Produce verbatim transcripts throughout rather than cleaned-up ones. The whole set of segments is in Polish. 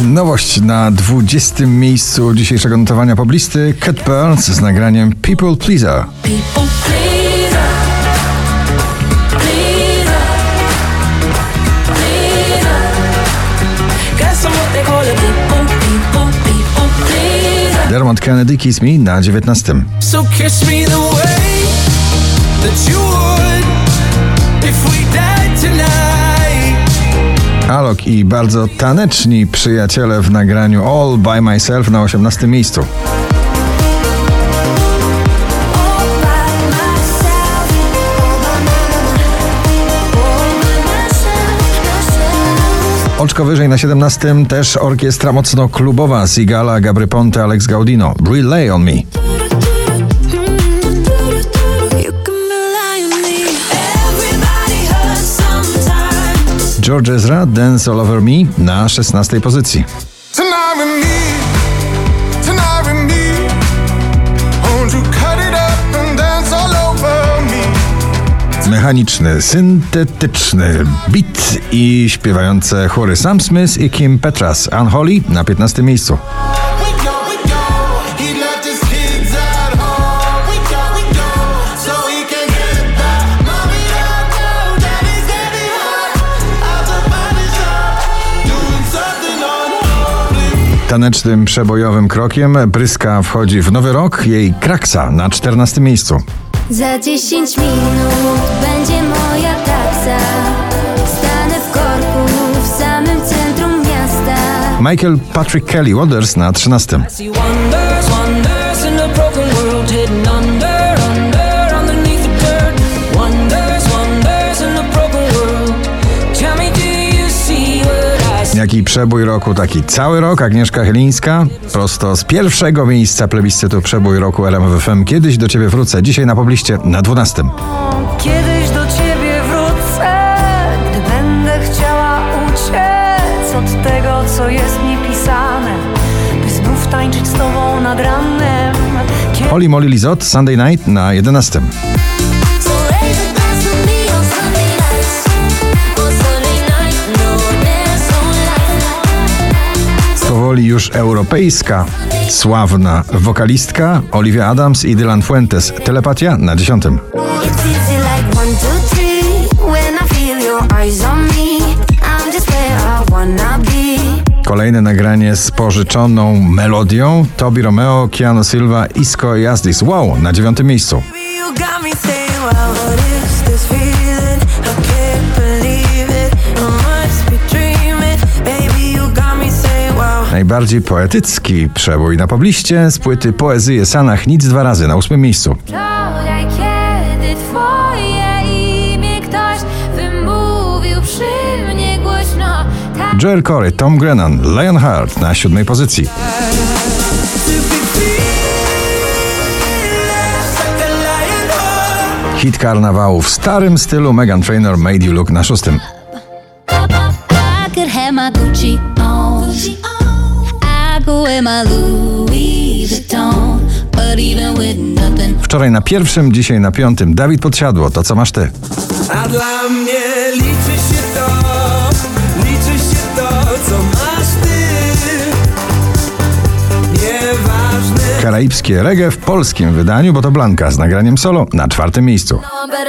Nowość na dwudziestym miejscu dzisiejszego notowania poblisty Cat Burns z nagraniem People Pleaser. Dermot Kennedy Kiss Me na dziewiętnastym. So kiss me the way that you would if we died tonight. Alok i bardzo taneczni przyjaciele w nagraniu All By Myself na osiemnastym miejscu. Oczko wyżej na siedemnastym też orkiestra mocno klubowa Sigala, Gabry Ponte, Alex Gaudino. Rely on Me. George Ezra, Dance All Over Me na szesnastej pozycji. Mechaniczny, syntetyczny beat i śpiewające chóry Sam Smith i Kim Petras. Unholy na piętnastym miejscu. Tanecznym, przebojowym krokiem Pryska wchodzi w nowy rok. Jej Kraksa na czternastym miejscu. Za dziesięć minut będzie moja taksa. Stanę w korku w samym centrum miasta. Michael Patrick Kelly Wonders na trzynastym. Jaki przebój roku, taki cały rok. Agnieszka Chylińska prosto z pierwszego miejsca plebiscytu przebój roku R M F F M. Kiedyś do ciebie wrócę. Dzisiaj na pobliście na dwunastym. Kiedyś do ciebie wrócę, gdy będę chciała uciec od tego, co jest mi pisane, by znów tańczyć z tobą nad ranem. Kiedy... Holly Molly Lizot, Sunday Night na jedenastym. Powoli już europejska, sławna wokalistka Olivia Adams i Dylan Fuentes. Telepatia na dziesiątym. Kolejne nagranie z pożyczoną melodią Tobi Romeo, Keanu Silva, Isco i Asdis. Wow, na dziewiątym miejscu. Najbardziej poetycki przebój na pobliście z płyty Poezje Sanach Nic dwa razy na ósmym miejscu. Wczoraj, kiedy twoje imię ktoś wymówił przy mnie głośno. Tak... Joel Corey, Tom Grennan, Lionheart na siódmej pozycji. Hit karnawału w starym stylu Meghan Trainor, Made You Look na szóstym. Wczoraj na pierwszym, dzisiaj na piątym. Dawid Podsiadło, To co masz ty. A dla mnie liczy się to, liczy się to, co masz ty. Nieważne. Karaibskie reggae w polskim wydaniu, bo to Blanka z nagraniem solo na czwartym miejscu.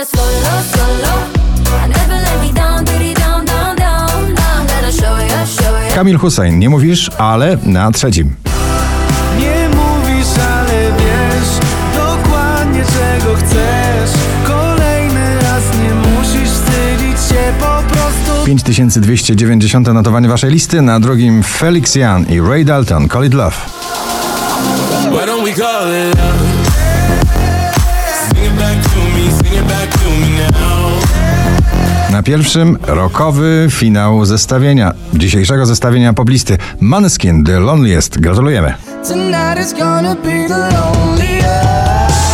Kamil Hussein, Nie mówisz, ale na trzecim. Nie mówisz, ale wiesz dokładnie czego chcesz. Kolejny raz nie musisz wstydzić się po prostu. pięć tysięcy dwieście dziewięćdziesiąte notowanie waszej listy. Na drugim Felix Jan i Ray Dalton, Call It Love. Why don't we call it love? Sing it back to me, sing it back to me now. Na pierwszym rockowy finał zestawienia. Dzisiejszego zestawienia poblisty. Måneskin, The Loneliest. Gratulujemy. Tonight is gonna be the loneliest.